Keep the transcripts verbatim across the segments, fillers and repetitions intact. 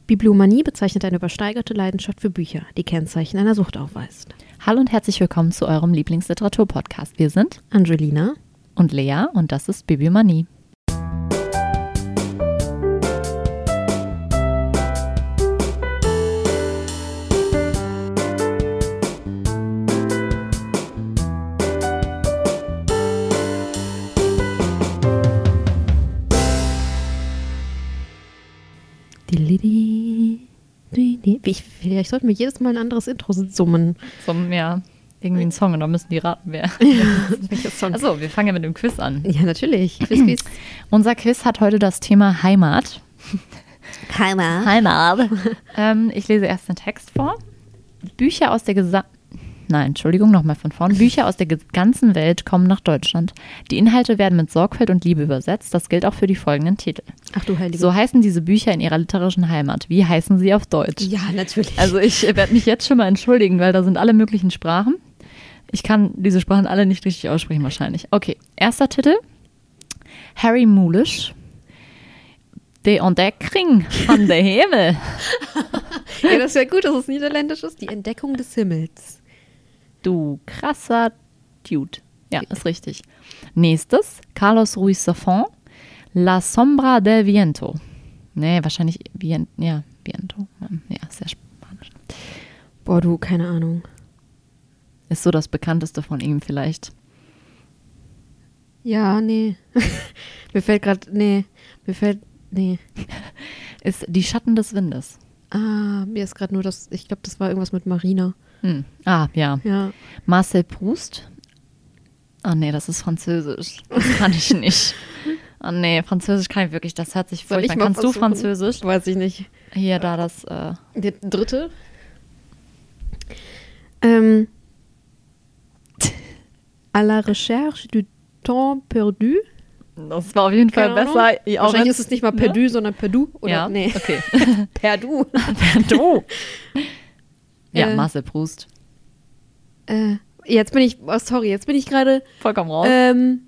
Bibliomanie bezeichnet eine übersteigerte Leidenschaft für Bücher, die Kennzeichen einer Sucht aufweist. Hallo und herzlich willkommen zu eurem Lieblingsliteratur-Podcast. Wir sind Angelina und Lea und das ist Bibliomanie. Ich, vielleicht sollten wir jedes Mal ein anderes Intro summen. Summen, ja. Irgendwie ein Song und dann müssen die raten, wer. Ja, Achso, wir fangen ja mit dem Quiz an. Ja, natürlich. Quiz, Quiz. Unser Quiz hat heute das Thema Heimat. Heimat. Heimat. ähm, ich lese erst den Text vor. Bücher aus der gesamten... Nein, Entschuldigung, nochmal von vorn. Bücher aus der ganzen Welt kommen nach Deutschland. Die Inhalte werden mit Sorgfalt und Liebe übersetzt. Das gilt auch für die folgenden Titel. Ach du Heilige. So heißen diese Bücher in ihrer literarischen Heimat. Wie heißen sie auf Deutsch? Ja, natürlich. Also ich werde mich jetzt schon mal entschuldigen, weil da sind alle möglichen Sprachen. Ich kann diese Sprachen alle nicht richtig aussprechen wahrscheinlich. Okay, erster Titel. Harry Mulisch. Die Entdeckung von der Himmel. Ja, das wäre gut, dass es niederländisch ist. Die Entdeckung des Himmels. Du krasser Dude. Ja, ist richtig. Nächstes, Carlos Ruiz Zafón, La Sombra del Viento. Nee, wahrscheinlich Vien- ja, Viento. Ja, sehr spanisch. Boah, du, keine Ahnung. Ist so das bekannteste von ihm vielleicht. Ja, nee. Mir fällt gerade, nee, mir fällt, nee. Ist Die Schatten des Windes. Ah, mir ist gerade nur das, ich glaube, das war irgendwas mit Marina. Hm. Ah, ja. Ja. Marcel Proust. Ah, nee, das ist Französisch. Das kann ich nicht. Ah, nee, Französisch kann ich wirklich, das hört sich Soll ich furchtbar. mal Kannst du versuchen? Französisch? Weiß ich nicht. Hier, da das, äh, Der dritte. Ähm. À la recherche du temps perdu. das war auf jeden Fall Keine besser. Ahnung. Ja, auch Wahrscheinlich wenn's- ist es nicht mal perdu, ne? sondern perdu. Oder? Ja, Nee. okay. Perdu. du. Ja, Äh. Marcel Proust. äh, jetzt bin ich, oh, sorry, jetzt bin ich gerade, Vollkommen raus. ähm,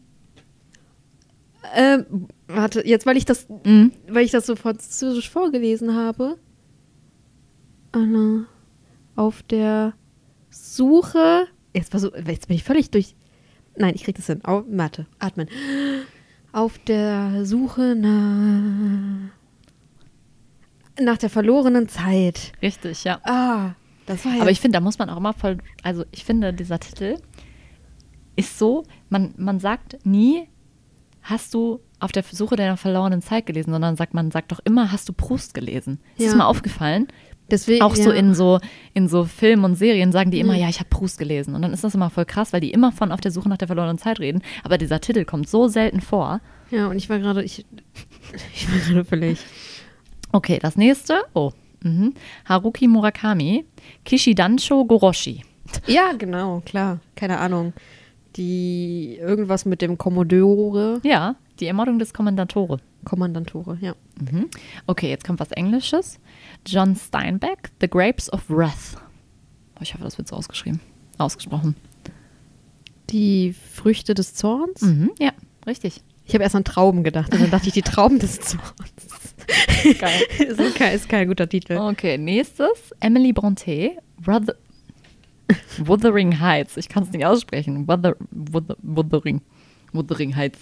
ähm, warte, jetzt, weil ich das, Mhm. weil ich das so französisch vorgelesen habe. Anna, auf der Suche, jetzt, war so, jetzt bin ich völlig durch, nein, ich krieg das hin, Au, Mathe, atmen. Auf der Suche nach, nach der verlorenen Zeit. Richtig, ja. Ah, das war jetzt. Aber ich finde, da muss man auch immer voll, also ich finde, dieser Titel ist so, man, man sagt nie, hast du auf der Suche deiner verlorenen Zeit gelesen, sondern sagt man sagt doch immer, hast du Proust gelesen. Ist Ja. das mal aufgefallen? Deswegen, Auch so ja. in so in so Filmen und Serien sagen die immer, Mhm. ja, ich habe Proust gelesen. Und dann ist das immer voll krass, weil die immer von auf der Suche nach der verlorenen Zeit reden. Aber dieser Titel kommt so selten vor. Ja, und ich war gerade, ich, ich war gerade völlig. Okay, das nächste. Oh. Mhm. Haruki Murakami, Kishidansho Goroshi. Ja, genau, klar. Keine Ahnung. Die, irgendwas mit dem Commodore. Ja, die Ermordung des Kommandatore. Kommandantore, ja. Mhm. Okay, jetzt kommt was Englisches. John Steinbeck, The Grapes of Wrath. Oh, ich hoffe, das wird so ausgeschrieben. Ausgesprochen. Die Früchte des Zorns. Mhm. Ja, richtig. Ich habe erst an Trauben gedacht und dann dachte ich, die Trauben des Zorns. Geil. ist, kein, ist kein guter Titel. Okay, nächstes. Emily Brontë, Brother, Wuthering Heights. Ich kann es nicht aussprechen. Wuther, Wuther, Wuthering. Wuthering Heights.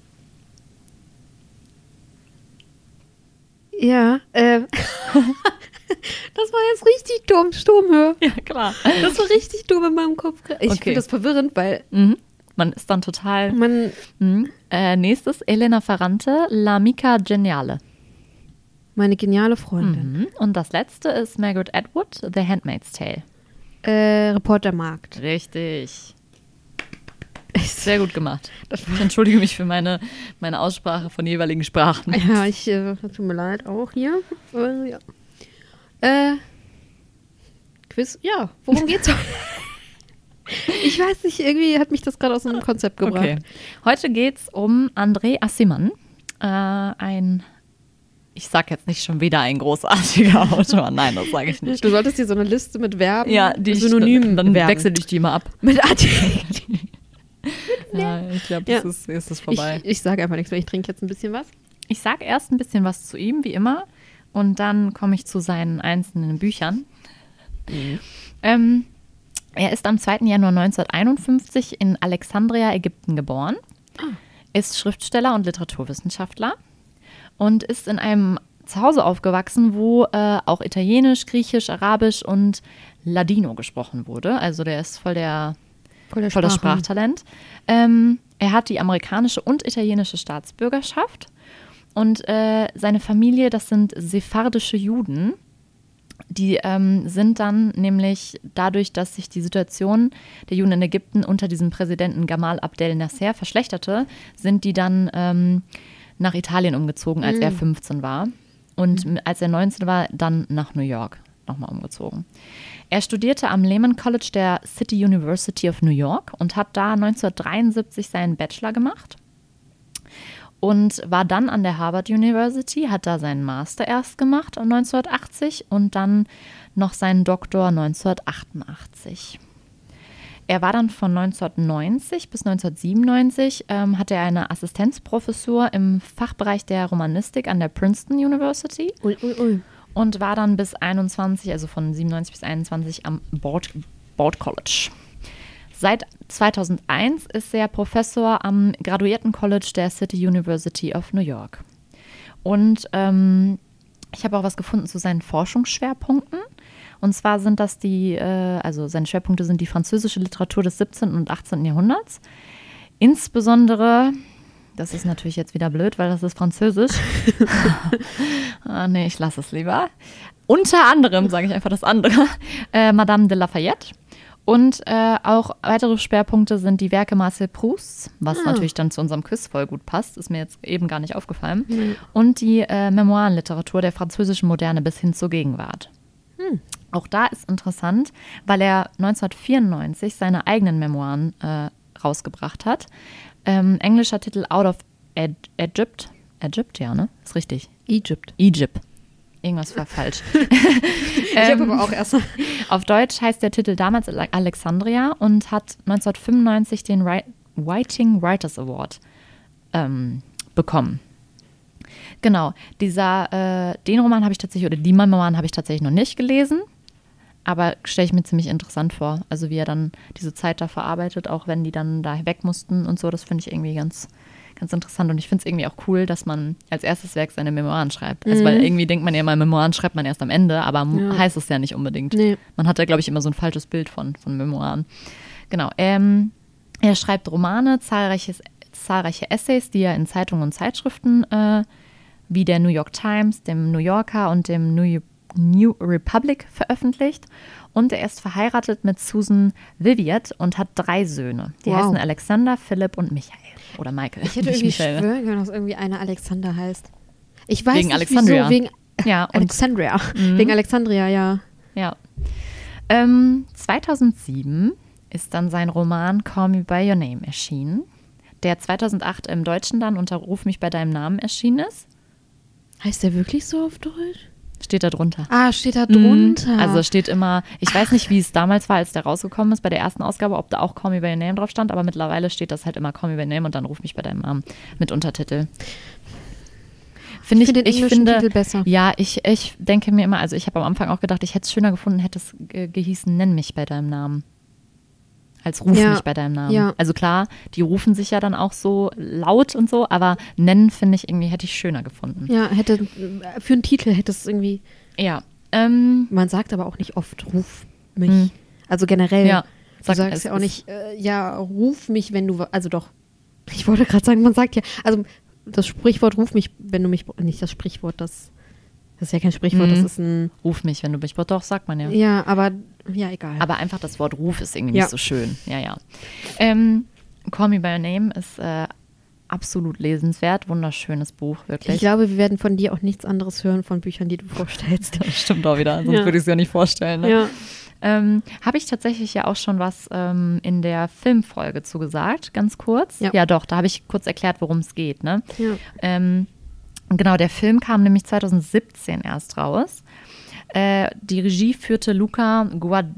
Ja, äh, das war jetzt richtig dumm, Sturmhöhe. Ja, klar. Das war richtig dumm in meinem Kopf. Ich Okay. finde das verwirrend, weil Mhm. Man ist dann total... man, Mhm. Äh, nächstes, Elena Ferrante, L'Amica Geniale. meine geniale Freundin. Mhm. Und das letzte ist Margaret Atwood, The Handmaid's Tale. Äh, Reportermarkt. Richtig. Sehr gut gemacht. Ich entschuldige mich für meine, meine Aussprache von jeweiligen Sprachen. Ja, ich, äh, tut mir leid, auch hier. Äh, ja. Äh, Quiz, ja, worum geht's heute? Ich weiß nicht, irgendwie hat mich das gerade aus dem Konzept gebracht. Okay. Heute geht es um André Aciman, äh, ein, ich sag jetzt nicht schon wieder ein großartiger Autor, nein, das sage ich nicht. Du solltest dir so eine Liste mit Verben, Ja, die ich- Synonymen dann Verben. wechsle ich die immer ab. Mit Adjektiven. Ja, ich glaube, Ja. jetzt ist, ist es vorbei. Ich, ich sage einfach nichts mehr, ich trinke jetzt ein bisschen was. Ich sage erst ein bisschen was zu ihm, wie immer. Und dann komme ich zu seinen einzelnen Büchern. Mhm. Ähm, er ist am zweiten Januar neunzehnhunderteinundfünfzig in Alexandria, Ägypten geboren, Ah. ist Schriftsteller und Literaturwissenschaftler und ist in einem Zuhause aufgewachsen, wo äh, auch Italienisch, Griechisch, Arabisch und Ladino gesprochen wurde. Also der ist voll, der, Voll, der voll das Sprachen. Sprachtalent. Ähm, er hat die amerikanische und italienische Staatsbürgerschaft und äh, seine Familie, das sind sephardische Juden. Die ähm, sind dann nämlich dadurch, dass sich die Situation der Juden in Ägypten unter diesem Präsidenten Gamal Abdel Nasser verschlechterte, sind die dann ähm, nach Italien umgezogen, als Mhm. er fünfzehn war. Und mhm. als er neunzehn war, dann nach New York nochmal umgezogen. Er studierte am Lehman College der City University of New York und hat da neunzehnhundertdreiundsiebzig seinen Bachelor gemacht. Und war dann an der Harvard University, hat da seinen Master erst gemacht neunzehnhundertachtzig und dann noch seinen Doktor neunzehnhundertachtundachtzig. Er war dann von neunzehnhundertneunzig bis neunzehnhundertsiebenundneunzig, ähm, hatte er eine Assistenzprofessur im Fachbereich der Romanistik an der Princeton University Ui, ui, ui. und war dann bis einundzwanzig, also von siebenundneunzig bis einundzwanzig am Bard, Bard College. Seit zweitausendeins ist er Professor am Graduierten-College der City University of New York. Und ähm, ich habe auch was gefunden zu seinen Forschungsschwerpunkten. Und zwar sind das die, äh, also seine Schwerpunkte sind die französische Literatur des siebzehnten und achtzehnten Jahrhunderts. Insbesondere, das ist natürlich jetzt wieder blöd, weil das ist Französisch. ah, nee, ich lasse es lieber. Unter anderem, sage ich einfach das andere, äh, Madame de Lafayette. Und äh, auch weitere Schwerpunkte sind die Werke Marcel Prousts, was Ah. natürlich dann zu unserem Quiz voll gut passt, ist mir jetzt eben gar nicht aufgefallen. Mhm. Und die äh, Memoirenliteratur der französischen Moderne bis hin zur Gegenwart. Hm. Auch da ist interessant, weil er neunzehnhundertvierundneunzig seine eigenen Memoiren äh, rausgebracht hat. Ähm, englischer Titel Out of Ed- Egypt. Egypt, ja, ne? Ist richtig. Egypt. Egypt. Irgendwas war falsch. Ich habe aber auch erst. Auf Deutsch heißt der Titel damals Alexandria und hat neunzehnhundertfünfundneunzig den Wri- Writing Writers Award ähm, bekommen. Genau, dieser, äh, den Roman habe ich tatsächlich, oder die Memoiren habe ich tatsächlich noch nicht gelesen, aber stelle ich mir ziemlich interessant vor. Also wie er dann diese Zeit da verarbeitet, auch wenn die dann da weg mussten und so, das finde ich irgendwie ganz, ganz interessant. Und ich finde es irgendwie auch cool, dass man als erstes Werk seine Memoiren schreibt. Also Mhm. weil irgendwie denkt man ja immer, Memoiren schreibt man erst am Ende, aber Ja. heißt es ja nicht unbedingt. Nee. Man hat ja, glaube ich, immer so ein falsches Bild von, von Memoiren. Genau, ähm, er schreibt Romane, zahlreiches, zahlreiche Essays, die er in Zeitungen und Zeitschriften äh, wie der New York Times, dem New Yorker und dem New, New Republic veröffentlicht. Und er ist verheiratet mit Susan Viviette und hat drei Söhne. Die Wow. heißen Alexander, Philipp und Michael. Oder Michael. Ich hätte nicht irgendwie Michael. schwören können, dass irgendwie einer Alexander heißt. Ich weiß Wegen nicht, Alexandria. wieso. Wegen Ja, und Alexandria. Mhm. Wegen Alexandria, ja. Ja. Ähm, zweitausendsieben ist dann sein Roman Call Me By Your Name erschienen, der zweitausendacht im Deutschen dann unter Ruf mich bei deinem Namen erschienen ist. Heißt der wirklich so auf Deutsch? Steht da drunter. Ah, steht da drunter. Mhm. Also steht immer, ich weiß nicht, wie es damals war, als der rausgekommen ist bei der ersten Ausgabe, ob da auch Call Me By Your Name drauf stand, aber mittlerweile steht das halt immer Call Me By Your Name und dann Ruf mich bei deinem Namen mit Untertitel. Finde Ich finde den englischen finde, Titel besser. Ja, ich, ich denke mir immer, also ich habe am Anfang auch gedacht, ich hätte es schöner gefunden, hätte es ge- gehießen, nenn mich bei deinem Namen. Als ruf Ja, mich bei deinem Namen. ja. Also klar, die rufen sich ja dann auch so laut und so, aber nennen finde ich irgendwie, hätte ich schöner gefunden. Ja, hätte, für einen Titel hätte es irgendwie, Ja. Ähm, man sagt aber auch nicht oft, ruf mich. Hm. Also generell, ja. du Sag- sagst es ja auch ist- nicht, äh, ja, ruf mich, wenn du, wa- also doch, ich wollte gerade sagen, man sagt ja, also das Sprichwort ruf mich, wenn du mich, nicht das Sprichwort, das, das ist ja kein Sprichwort, Mhm. das ist ein, Ruf mich, wenn du mich brauchst. Doch, sagt man ja. ja, aber, ja, egal. Aber einfach das Wort Ruf ist irgendwie Ja. nicht so schön. Ja, ja. Ähm, Call Me By Your Name ist äh, absolut lesenswert. Wunderschönes Buch, wirklich. Ich glaube, wir werden von dir auch nichts anderes hören von Büchern, die du vorstellst. Das stimmt auch wieder, sonst Ja. würde ich es ja nicht vorstellen. Ne? Ja. Ähm, Habe ich tatsächlich ja auch schon was ähm, in der Filmfolge zugesagt, ganz kurz. Ja. Ja, doch, da habe ich kurz erklärt, worum es geht. Ne? Ja. Ähm, genau, der Film kam nämlich zweitausendsiebzehn erst raus. Äh, die Regie führte Luca Guad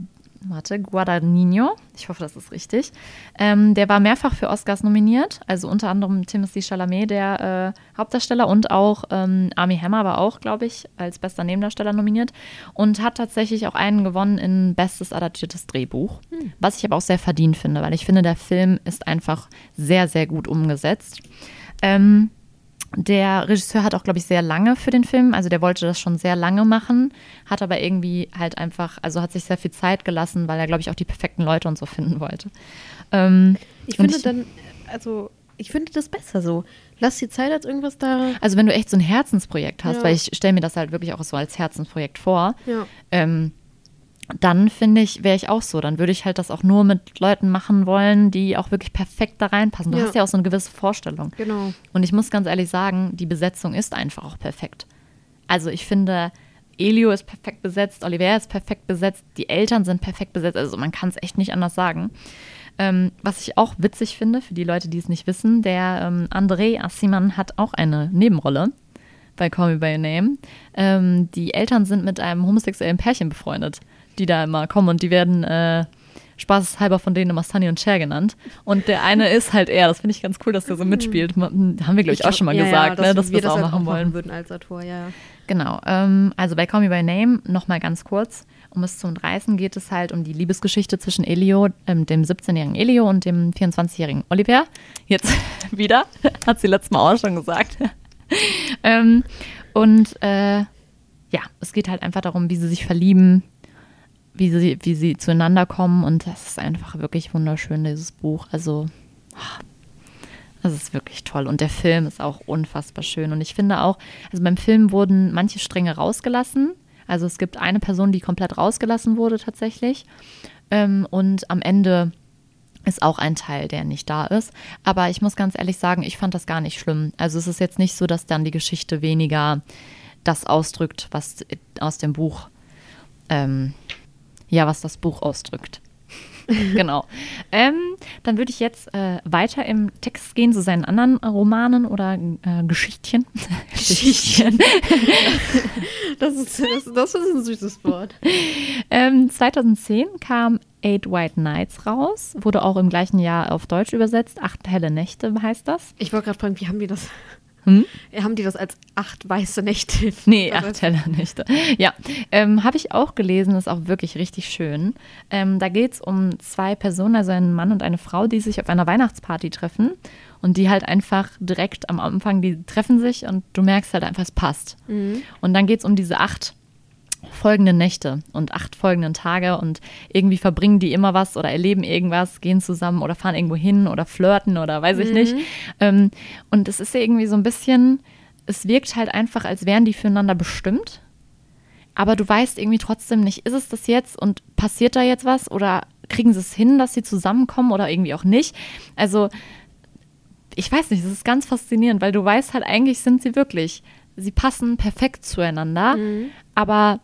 warte, Guadagnino, ich hoffe, das ist richtig. Ähm, der war mehrfach für Oscars nominiert, also unter anderem Timothée Chalamet, der äh, Hauptdarsteller, und auch ähm, Armie Hammer war auch, glaube ich, als bester Nebendarsteller nominiert und hat tatsächlich auch einen gewonnen in bestes adaptiertes Drehbuch, hm. was ich aber auch sehr verdient finde, weil ich finde, der Film ist einfach sehr, sehr gut umgesetzt. Ähm, Der Regisseur hat auch, glaube ich, sehr lange für den Film, also der wollte das schon sehr lange machen, hat aber irgendwie halt einfach, also hat sich sehr viel Zeit gelassen, weil er, glaube ich, auch die perfekten Leute und so finden wollte. Ähm, ich finde ich, dann, also ich finde das besser so. Lass die Zeit als irgendwas da. Also wenn du echt so ein Herzensprojekt hast, ja. weil ich stelle mir das halt wirklich auch so als Herzensprojekt vor, ja. ähm, dann finde ich, wäre ich auch so. Dann würde ich halt das auch nur mit Leuten machen wollen, die auch wirklich perfekt da reinpassen. Du ja. hast ja auch so eine gewisse Vorstellung. Genau. Und ich muss ganz ehrlich sagen, die Besetzung ist einfach auch perfekt. Also ich finde, Elio ist perfekt besetzt, Oliver ist perfekt besetzt, die Eltern sind perfekt besetzt. Also man kann es echt nicht anders sagen. Ähm, was ich auch witzig finde, für die Leute, die es nicht wissen, der ähm, André Assiman hat auch eine Nebenrolle bei Call Me By Your Name. Ähm, die Eltern sind mit einem homosexuellen Pärchen befreundet, die da immer kommen, und die werden äh, spaßeshalber von denen immer Sunny und Cher genannt. Und der eine ist halt er. Das finde ich ganz cool, dass der so mitspielt. Haben wir, glaube ich, auch schon mal ja, gesagt, ja, ne, dass wir wir das auch halt machen auch wollen. würden als Autor, ja. Genau. Ähm, also bei Call Me By Name, nochmal ganz kurz, um es zu umreißen, geht es halt um die Liebesgeschichte zwischen Elio, ähm, dem siebzehnjährigen Elio und dem vierundzwanzigjährigen Oliver. Jetzt wieder, hat sie letztes Mal auch schon gesagt. ähm, und äh, ja, es geht halt einfach darum, wie sie sich verlieben, wie sie, wie sie zueinander kommen, und das ist einfach wirklich wunderschön, dieses Buch. Also, das ist wirklich toll, und der Film ist auch unfassbar schön, und ich finde auch, also beim Film wurden manche Stränge rausgelassen, also es gibt eine Person, die komplett rausgelassen wurde tatsächlich, ähm, und am Ende ist auch ein Teil, der nicht da ist, aber ich muss ganz ehrlich sagen, ich fand das gar nicht schlimm. Also es ist jetzt nicht so, dass dann die Geschichte weniger das ausdrückt, was aus dem Buch ähm, Ja, was das Buch ausdrückt. Genau. Ähm, dann würde ich jetzt äh, weiter im Text gehen zu seinen anderen Romanen oder äh, Geschichtchen. Geschichtchen. Das ist, das, das ist ein süßes Wort. ähm, zweitausendzehn kam Eight White Nights raus. Wurde auch im gleichen Jahr auf Deutsch übersetzt. Acht helle Nächte heißt das. Ich wollte gerade fragen, wie haben die das... Hm? Haben die das als acht weiße Nächte? Nee, acht helle Nächte. Ja, ähm, habe ich auch gelesen, ist auch wirklich richtig schön. Ähm, da geht es um zwei Personen, also einen Mann und eine Frau, die sich auf einer Weihnachtsparty treffen und die halt einfach direkt am Anfang, die treffen sich und du merkst halt einfach, es passt. Mhm. Und dann geht es um diese acht folgenden Nächte und acht folgenden Tage, und irgendwie verbringen die immer was oder erleben irgendwas, gehen zusammen oder fahren irgendwo hin oder flirten oder weiß ich mhm. nicht. Ähm, und es ist irgendwie so ein bisschen, es wirkt halt einfach, als wären die füreinander bestimmt, aber du weißt irgendwie trotzdem nicht, ist es das jetzt und passiert da jetzt was oder kriegen sie es hin, dass sie zusammenkommen oder irgendwie auch nicht. Also ich weiß nicht, das ist ganz faszinierend, weil du weißt halt, eigentlich sind sie wirklich, sie passen perfekt zueinander, mhm. aber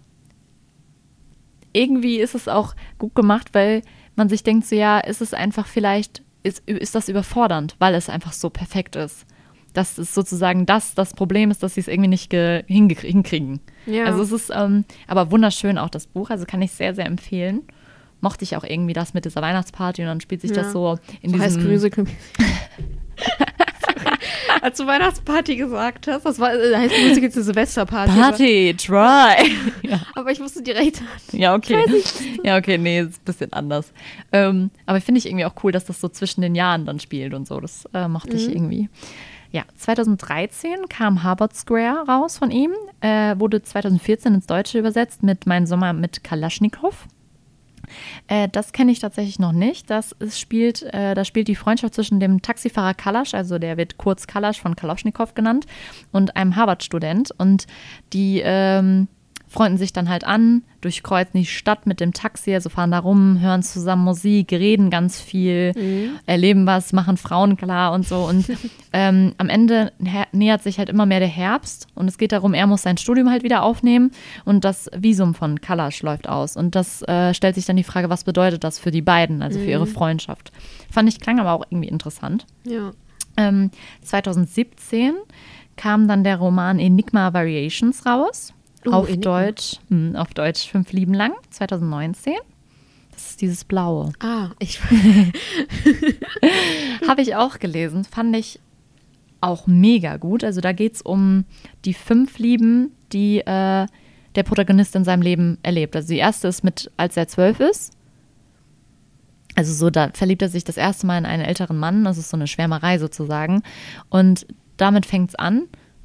irgendwie ist es auch gut gemacht, weil man sich denkt, so ja, ist es einfach vielleicht, ist, ist das überfordernd, weil es einfach so perfekt ist. Dass es sozusagen das, das Problem ist, dass sie es irgendwie nicht ge- hinkriegen. Ja. Also es ist ähm, aber wunderschön auch das Buch, also kann ich sehr, sehr empfehlen. Mochte ich auch irgendwie das mit dieser Weihnachtsparty, und dann spielt sich ja. das so in so diesem... Musical. Als du Weihnachtsparty gesagt hast, das war äh, heißt Musik jetzt eine Silvesterparty. Party, try. Ja. Aber ich wusste direkt. Ja, okay. Ja, okay, nee, ist ein bisschen anders. Ähm, aber finde ich irgendwie auch cool, dass das so zwischen den Jahren dann spielt und so. Das äh, mochte mhm. ich irgendwie. Ja, zweitausenddreizehn kam Harvard Square raus von ihm, äh, wurde zweitausendvierzehn ins Deutsche übersetzt mit Mein Sommer mit Kalaschnikow. Äh, das kenne ich tatsächlich noch nicht. Das ist, spielt, äh, da spielt die Freundschaft zwischen dem Taxifahrer Kalasch, also der wird kurz Kalasch von Kalaschnikow genannt, und einem Harvard-Student. Und die ähm, freunden sich dann halt an, durchkreuzen die Stadt mit dem Taxi, also fahren da rum, hören zusammen Musik, reden ganz viel, mhm. erleben was, machen Frauen klar und so. Und ähm, am Ende her- nähert sich halt immer mehr der Herbst, und es geht darum, er muss sein Studium halt wieder aufnehmen, und das Visum von Kalasch läuft aus. Und das äh, stellt sich dann die Frage, was bedeutet das für die beiden, also mhm. für ihre Freundschaft. Fand ich, klang aber auch irgendwie interessant. Ja. Ähm, zweitausendsiebzehn kam dann der Roman Enigma Variations raus. Uh, auf, Deutsch, mh, auf Deutsch Fünf Lieben lang, zweitausendneunzehn. Das ist dieses Blaue. Ah, ich Habe ich auch gelesen. Fand ich auch mega gut. Also da geht es um die fünf Lieben, die äh, der Protagonist in seinem Leben erlebt. Also die erste ist mit, als er zwölf ist. Also so, da verliebt er sich das erste Mal in einen älteren Mann. Das ist so eine Schwärmerei sozusagen. Und damit fängt es an.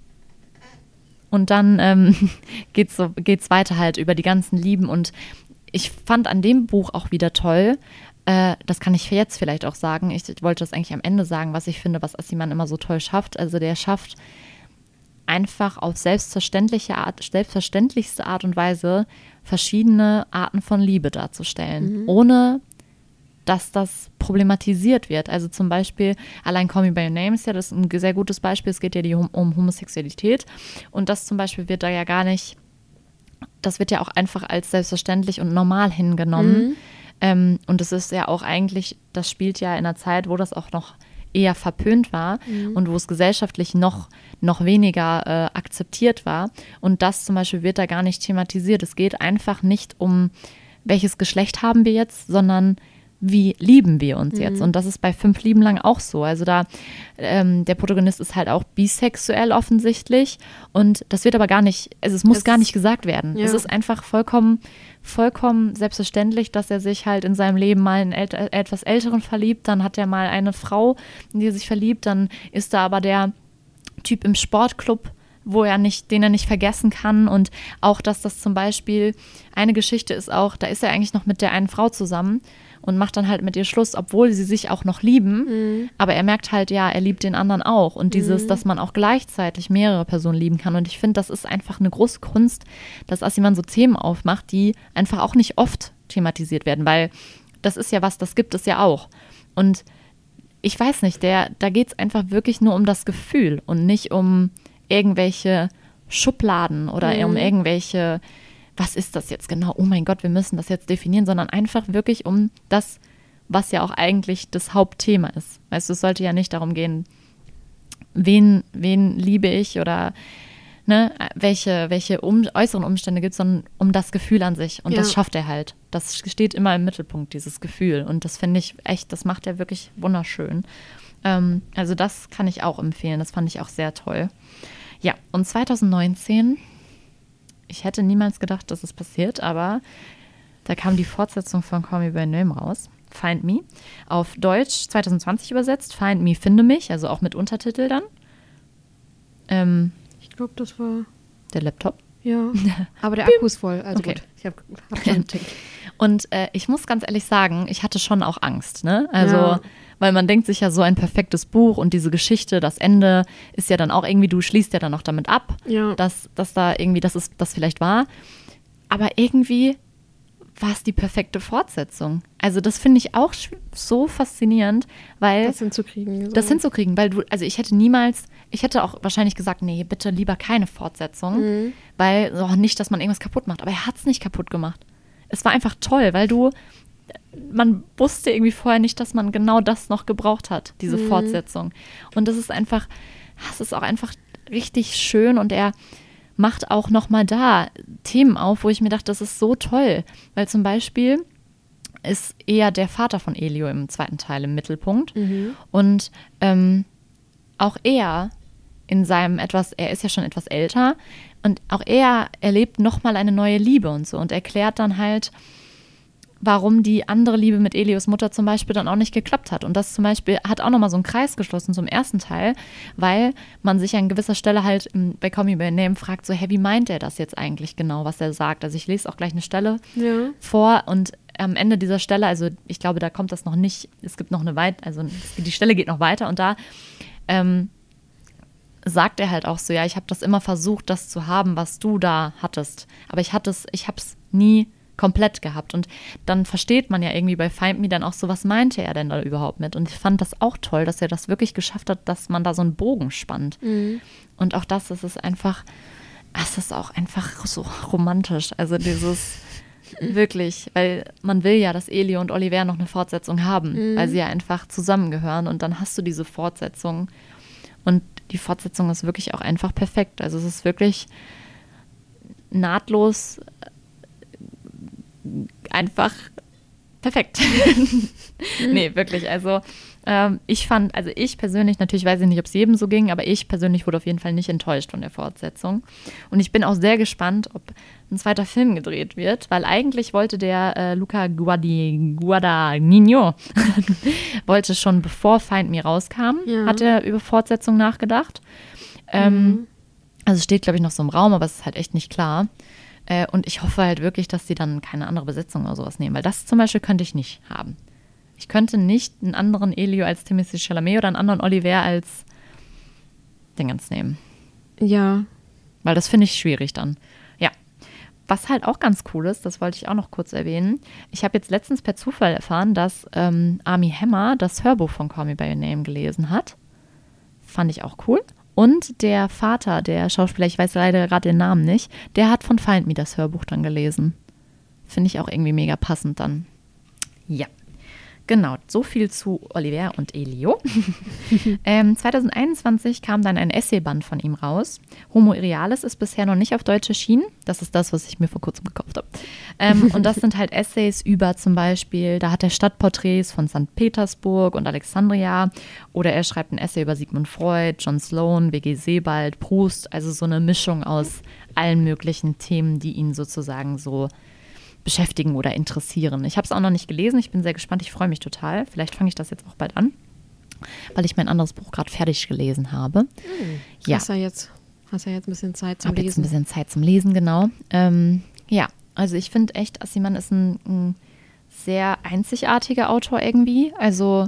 Und dann ähm, geht es so, geht's weiter halt über die ganzen Lieben. Und ich fand an dem Buch auch wieder toll, äh, das kann ich jetzt vielleicht auch sagen, ich wollte das eigentlich am Ende sagen, was ich finde, was Aciman immer so toll schafft. Also der schafft einfach auf selbstverständliche Art, selbstverständlichste Art und Weise verschiedene Arten von Liebe darzustellen, mhm. ohne dass das problematisiert wird. Also zum Beispiel, allein Call Me By Your Name ist ja das ein sehr gutes Beispiel. Es geht ja die, um, um Homosexualität. Und das zum Beispiel wird da ja gar nicht, das wird ja auch einfach als selbstverständlich und normal hingenommen. Mhm. Ähm, und es ist ja auch eigentlich, das spielt ja in einer Zeit, wo das auch noch eher verpönt war mhm. und wo es gesellschaftlich noch, noch weniger äh, akzeptiert war. Und das zum Beispiel wird da gar nicht thematisiert. Es geht einfach nicht um, welches Geschlecht haben wir jetzt, sondern wie lieben wir uns mhm. jetzt? Und das ist bei Fünf Lieben lang auch so. Also da, ähm, der Protagonist ist halt auch bisexuell offensichtlich und das wird aber gar nicht, also es muss es, gar nicht gesagt werden. Ja. Es ist einfach vollkommen, vollkommen selbstverständlich, dass er sich halt in seinem Leben mal in äl- etwas Älteren verliebt, dann hat er mal eine Frau, in die er sich verliebt, dann ist da aber der Typ im Sportclub, wo er nicht, den er nicht vergessen kann und auch, dass das zum Beispiel, eine Geschichte ist auch, da ist er eigentlich noch mit der einen Frau zusammen und macht dann halt mit ihr Schluss, obwohl sie sich auch noch lieben. Mhm. Aber er merkt halt, ja, er liebt den anderen auch. Und dieses, mhm. dass man auch gleichzeitig mehrere Personen lieben kann. Und ich finde, das ist einfach eine große Kunst, dass Aciman so Themen aufmacht, die einfach auch nicht oft thematisiert werden. Weil das ist ja was, das gibt es ja auch. Und ich weiß nicht, der, da geht es einfach wirklich nur um das Gefühl und nicht um irgendwelche Schubladen oder mhm. um irgendwelche, was ist das jetzt genau? Oh mein Gott, wir müssen das jetzt definieren, sondern einfach wirklich um das, was ja auch eigentlich das Hauptthema ist. Weißt du, es sollte ja nicht darum gehen, wen, wen liebe ich oder ne, welche, welche um, äußeren Umstände gibt es, sondern um das Gefühl an sich. Und ja. das schafft er halt. Das steht immer im Mittelpunkt, dieses Gefühl. Und das finde ich echt, das macht er wirklich wunderschön. Ähm, also das kann ich auch empfehlen. Das fand ich auch sehr toll. Ja, und zwanzig neunzehn, ich hätte niemals gedacht, dass es passiert, aber da kam die Fortsetzung von Call Me By Your Name raus, Find Me. Auf Deutsch zwanzig zwanzig übersetzt, Find Me, Finde mich, also auch mit Untertitel dann. Ähm, ich glaube, das war der Laptop. Ja, aber der Akku ist voll, also okay. gut. Ich habe hab schon getippt. Und äh, ich muss ganz ehrlich sagen, ich hatte schon auch Angst, ne? Also, ja. weil man denkt sich ja, so ein perfektes Buch und diese Geschichte, das Ende ist ja dann auch irgendwie, du schließt ja dann noch damit ab, ja. dass, dass da irgendwie, dass es das vielleicht war. Aber irgendwie war es die perfekte Fortsetzung. Also das finde ich auch so faszinierend, weil das hinzukriegen. So. Das hinzukriegen, weil du, also ich hätte niemals, ich hätte auch wahrscheinlich gesagt, nee, bitte lieber keine Fortsetzung, mhm. weil oh, nicht, dass man irgendwas kaputt macht. Aber er hat es nicht kaputt gemacht. Es war einfach toll, weil du, man wusste irgendwie vorher nicht, dass man genau das noch gebraucht hat, diese mhm. Fortsetzung. Und das ist einfach, es ist auch einfach richtig schön und er macht auch nochmal da Themen auf, wo ich mir dachte, das ist so toll. Weil zum Beispiel ist eher der Vater von Elio im zweiten Teil im Mittelpunkt. Mhm. Und ähm, auch er in seinem etwas, er ist ja schon etwas älter, und auch er erlebt nochmal eine neue Liebe und so und erklärt dann halt, warum die andere Liebe mit Elios Mutter zum Beispiel dann auch nicht geklappt hat. Und das zum Beispiel hat auch nochmal so einen Kreis geschlossen zum ersten Teil, weil man sich an gewisser Stelle halt bei Call Me By Your Name fragt, so, hey, wie meint er das jetzt eigentlich genau, was er sagt? Also ich lese auch gleich eine Stelle ja. vor und am Ende dieser Stelle, also ich glaube, da kommt das noch nicht, es gibt noch eine weit, also die Stelle geht noch weiter und da ähm, sagt er halt auch so, ja, ich habe das immer versucht, das zu haben, was du da hattest, aber ich hatte es, ich habe es nie komplett gehabt. Und dann versteht man ja irgendwie bei Find Me dann auch so, was meinte er denn da überhaupt mit? Und ich fand das auch toll, dass er das wirklich geschafft hat, dass man da so einen Bogen spannt. Mhm. Und auch das, es ist einfach, es ist auch einfach so romantisch. Also dieses wirklich, weil man will ja, dass Elio und Oliver noch eine Fortsetzung haben, mhm. weil sie ja einfach zusammengehören und dann hast du diese Fortsetzung und die Fortsetzung ist wirklich auch einfach perfekt. Also es ist wirklich nahtlos einfach perfekt. Nee, wirklich, also ähm, ich fand, also ich persönlich, natürlich weiß ich nicht, ob es jedem so ging, aber ich persönlich wurde auf jeden Fall nicht enttäuscht von der Fortsetzung. Und ich bin auch sehr gespannt, ob ein zweiter Film gedreht wird, weil eigentlich wollte der äh, Luca Guadi, Guadagnino, wollte schon bevor Find Me rauskam, Ja. hat er über Fortsetzung nachgedacht. Ähm, Mhm. Also steht, glaube ich, noch so im Raum, aber es ist halt echt nicht klar. Äh, und ich hoffe halt wirklich, dass die dann keine andere Besetzung oder sowas nehmen, weil das zum Beispiel könnte ich nicht haben. Ich könnte nicht einen anderen Elio als Timothée Chalamet oder einen anderen Oliver als Dingens nehmen, Ja. weil das finde ich schwierig dann. Ja, was halt auch ganz cool ist, das wollte ich auch noch kurz erwähnen. Ich habe jetzt letztens per Zufall erfahren, dass ähm, Armie Hammer das Hörbuch von Call Me By Your Name gelesen hat. Fand ich auch cool. Und der Vater, der Schauspieler, ich weiß leider gerade den Namen nicht, der hat von Find Me das Hörbuch dann gelesen. Finde ich auch irgendwie mega passend dann. Ja, genau. So viel zu Oliver und Elio. ähm, zwanzig einundzwanzig kam dann ein Essayband von ihm raus. Homo Idealis ist bisher noch nicht auf Deutsch erschienen. Das ist das, was ich mir vor kurzem gekauft habe. Ähm, und das sind halt Essays über zum Beispiel, da hat er Stadtporträts von Sankt Petersburg und Alexandria. Oder er schreibt ein Essay über Sigmund Freud, John Sloan, W G Sebald, Proust. Also so eine Mischung aus allen möglichen Themen, die ihn sozusagen so beschäftigen oder interessieren. Ich habe es auch noch nicht gelesen. Ich bin sehr gespannt. Ich freue mich total. Vielleicht fange ich das jetzt auch bald an, weil ich mein anderes Buch gerade fertig gelesen habe. Mhm. Ja. Hast ja jetzt, hast ja jetzt ein bisschen Zeit zum Habe jetzt ein Lesen. bisschen Zeit zum Lesen, genau. Ähm, ja, also ich finde echt, Assimann ist ein, ein sehr einzigartiger Autor irgendwie. Also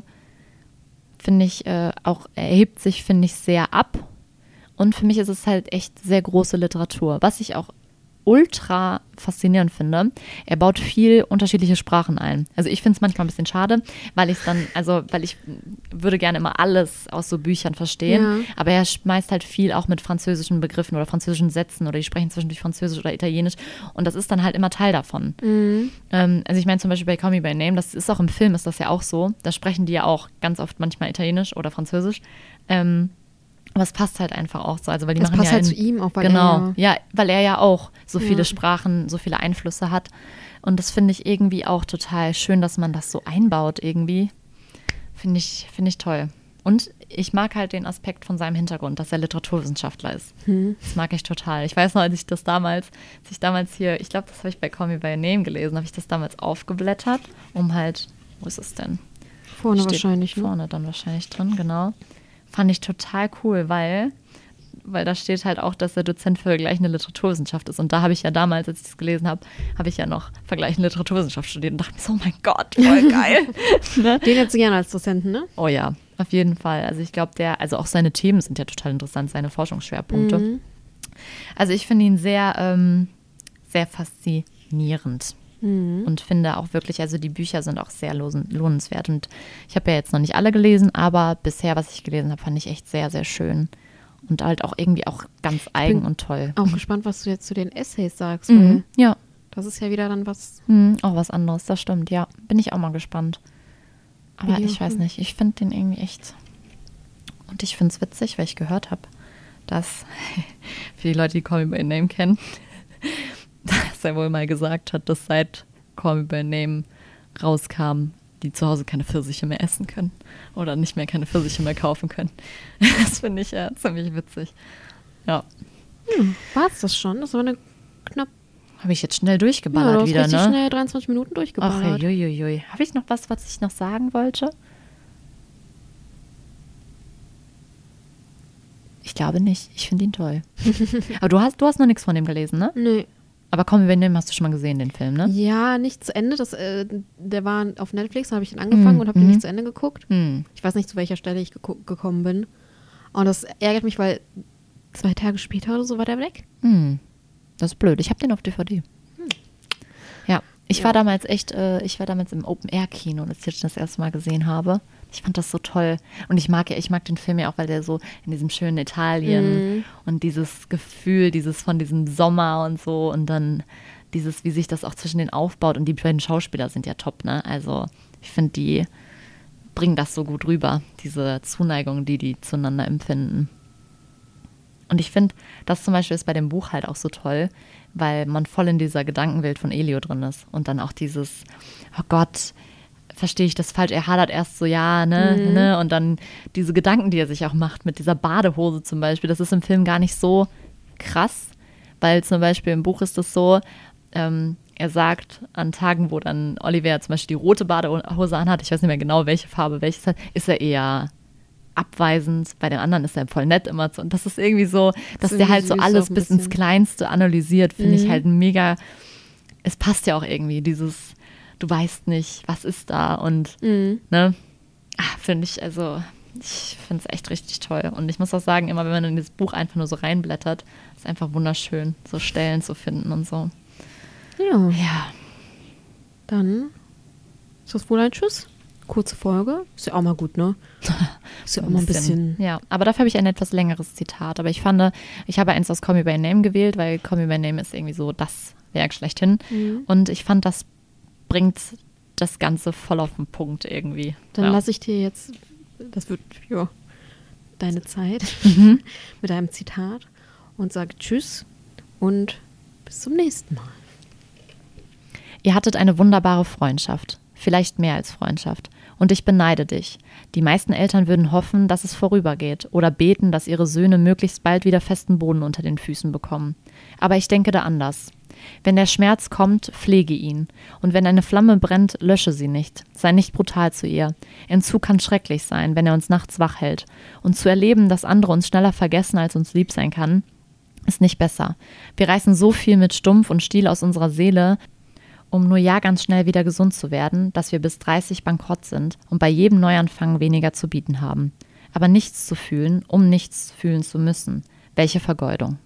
finde ich äh, auch, er hebt sich, finde ich, sehr ab. Und für mich ist es halt echt sehr große Literatur, was ich auch ultra faszinierend finde. Er baut viel unterschiedliche Sprachen ein. Also ich finde es manchmal ein bisschen schade, weil ich dann, also weil ich würde gerne immer alles aus so Büchern verstehen, Ja. aber er schmeißt halt viel auch mit französischen Begriffen oder französischen Sätzen oder die sprechen zwischendurch Französisch oder Italienisch und das ist dann halt immer Teil davon. Mhm. Ähm, also ich meine zum Beispiel bei Call Me By Name, das ist auch im Film, ist das ja auch so, da sprechen die ja auch ganz oft manchmal Italienisch oder Französisch. Ähm, Aber es passt halt einfach auch so. Also, weil die Das machen passt ja halt in, zu ihm auch, weil genau, er ja, weil er ja auch so viele Ja. Sprachen, so viele Einflüsse hat. Und das finde ich irgendwie auch total schön, dass man das so einbaut irgendwie. Finde ich, finde ich toll. Und ich mag halt den Aspekt von seinem Hintergrund, dass er Literaturwissenschaftler ist. Hm. Das mag ich total. Ich weiß noch, als ich das damals, als ich damals hier, ich glaube, das habe ich bei Call Me By Your Name gelesen, habe ich das damals aufgeblättert, um halt, wo ist es denn? vorne Steht wahrscheinlich, ne? Vorne dann wahrscheinlich drin, genau. Fand ich total cool, weil, weil da steht halt auch, dass er Dozent für vergleichende Literaturwissenschaft ist. Und da habe ich ja damals, als ich das gelesen habe, habe ich ja noch vergleichende Literaturwissenschaft studiert und dachte mir so, oh mein Gott, voll geil. Ne? Den hättest du gerne als Dozenten, ne? Oh ja, auf jeden Fall. Also ich glaube, der, also auch seine Themen sind ja total interessant, seine Forschungsschwerpunkte. Mhm. Also ich finde ihn sehr, ähm, sehr faszinierend. Mhm. Und finde auch wirklich, also die Bücher sind auch sehr losen, lohnenswert. Und ich habe ja jetzt noch nicht alle gelesen, aber bisher, was ich gelesen habe, fand ich echt sehr, sehr schön. Und halt auch irgendwie auch ganz eigen bin und toll. Auch gespannt, was du jetzt zu den Essays sagst, Mhm. weil Ja, das ist ja wieder dann was. mhm. Auch was anderes, das stimmt, ja. Bin ich auch mal gespannt. Aber Video ich weiß von- nicht, ich finde den irgendwie echt. Und ich finde es witzig, weil ich gehört habe, dass, für die Leute, die Call Me By Name kennen, dass er wohl mal gesagt hat, dass seit Call Me By Name rauskam, die zu Hause keine Pfirsiche mehr essen können oder nicht mehr keine Pfirsiche mehr kaufen können. Das finde ich ja ziemlich witzig. Ja, Hm, war es das schon? Das war eine knapp. habe ich jetzt schnell Ja, durchgeballert du hast wieder, richtig ne? schnell dreiundzwanzig Minuten Ach, durchgeballert. juiuiui. Habe ich noch was, was ich noch sagen wollte? Ich glaube nicht. Ich finde ihn toll. Aber du hast, du hast noch nichts von dem gelesen, ne? Nee. Aber Call Me By Name hast du schon mal gesehen, den Film, ne? Ja, nicht zu Ende. Das, äh, der war auf Netflix, da habe ich den angefangen Mhm. und habe den Mhm. nicht zu Ende geguckt. Hm. Ich weiß nicht, zu welcher Stelle ich geko- gekommen bin. Und das ärgert mich, weil zwei Tage später oder so war der weg. Hm. Das ist blöd. Ich habe den auf D V D. Ja, ich Ja. war damals echt, äh, ich war damals im Open-Air-Kino, als ich das erste Mal gesehen habe. Ich fand das so toll. Und ich mag ja, ich mag den Film ja auch, weil der so in diesem schönen Italien Mhm. und dieses Gefühl, dieses von diesem Sommer und so und dann dieses, wie sich das auch zwischen den aufbaut. Und die beiden Schauspieler sind ja top, ne? Also ich finde, die bringen das so gut rüber, diese Zuneigung, die die zueinander empfinden. Und ich finde, das zum Beispiel ist bei dem Buch halt auch so toll, weil man voll in dieser Gedankenwelt von Elio drin ist. Und dann auch dieses, oh Gott, verstehe ich das falsch? Er hadert erst so, ja, ne, mhm. ne? Und dann diese Gedanken, die er sich auch macht, mit dieser Badehose zum Beispiel, das ist im Film gar nicht so krass, weil zum Beispiel im Buch ist es so, ähm, er sagt an Tagen, wo dann Oliver zum Beispiel die rote Badehose anhat, ich weiß nicht mehr genau, welche Farbe welches hat, ist er eher abweisend, bei den anderen ist er voll nett immer. Und das ist irgendwie so, dass der halt so alles bis ins Kleinste analysiert, finde mhm. ich halt mega, es passt ja auch irgendwie, dieses, du weißt nicht, was ist da und, mhm. ne, ah, finde ich, also, ich finde es echt richtig toll. Und ich muss auch sagen, immer wenn man in dieses Buch einfach nur so reinblättert, ist einfach wunderschön, so Stellen zu finden und so. Ja. Ja. Dann ist das wohl ein Tschüss. Kurze Folge. Ist ja auch mal gut, ne? Ist ja auch mal ein bisschen. Ja, aber dafür habe ich ein etwas längeres Zitat. Aber ich fand, ich habe eins aus Call Me By Name gewählt, weil Call Me By Name ist irgendwie so das Werk schlechthin. Mhm. Und ich fand, das bringt das Ganze voll auf den Punkt irgendwie. Dann ja. lasse ich dir jetzt, das wird, ja, deine Zeit mhm. mit einem Zitat und sage Tschüss und bis zum nächsten Mal. Ihr hattet eine wunderbare Freundschaft, vielleicht mehr als Freundschaft. Und ich beneide dich. Die meisten Eltern würden hoffen, dass es vorübergeht oder beten, dass ihre Söhne möglichst bald wieder festen Boden unter den Füßen bekommen. Aber ich denke da anders. Wenn der Schmerz kommt, pflege ihn. Und wenn eine Flamme brennt, lösche sie nicht. Sei nicht brutal zu ihr. Entzug kann schrecklich sein, wenn er uns nachts wach hält. Und zu erleben, dass andere uns schneller vergessen, als uns lieb sein kann, ist nicht besser. Wir reißen so viel mit Stumpf und Stiel aus unserer Seele, um nur ja ganz schnell wieder gesund zu werden, dass wir bis dreißig bankrott sind und bei jedem Neuanfang weniger zu bieten haben. Aber nichts zu fühlen, um nichts fühlen zu müssen. Welche Vergeudung.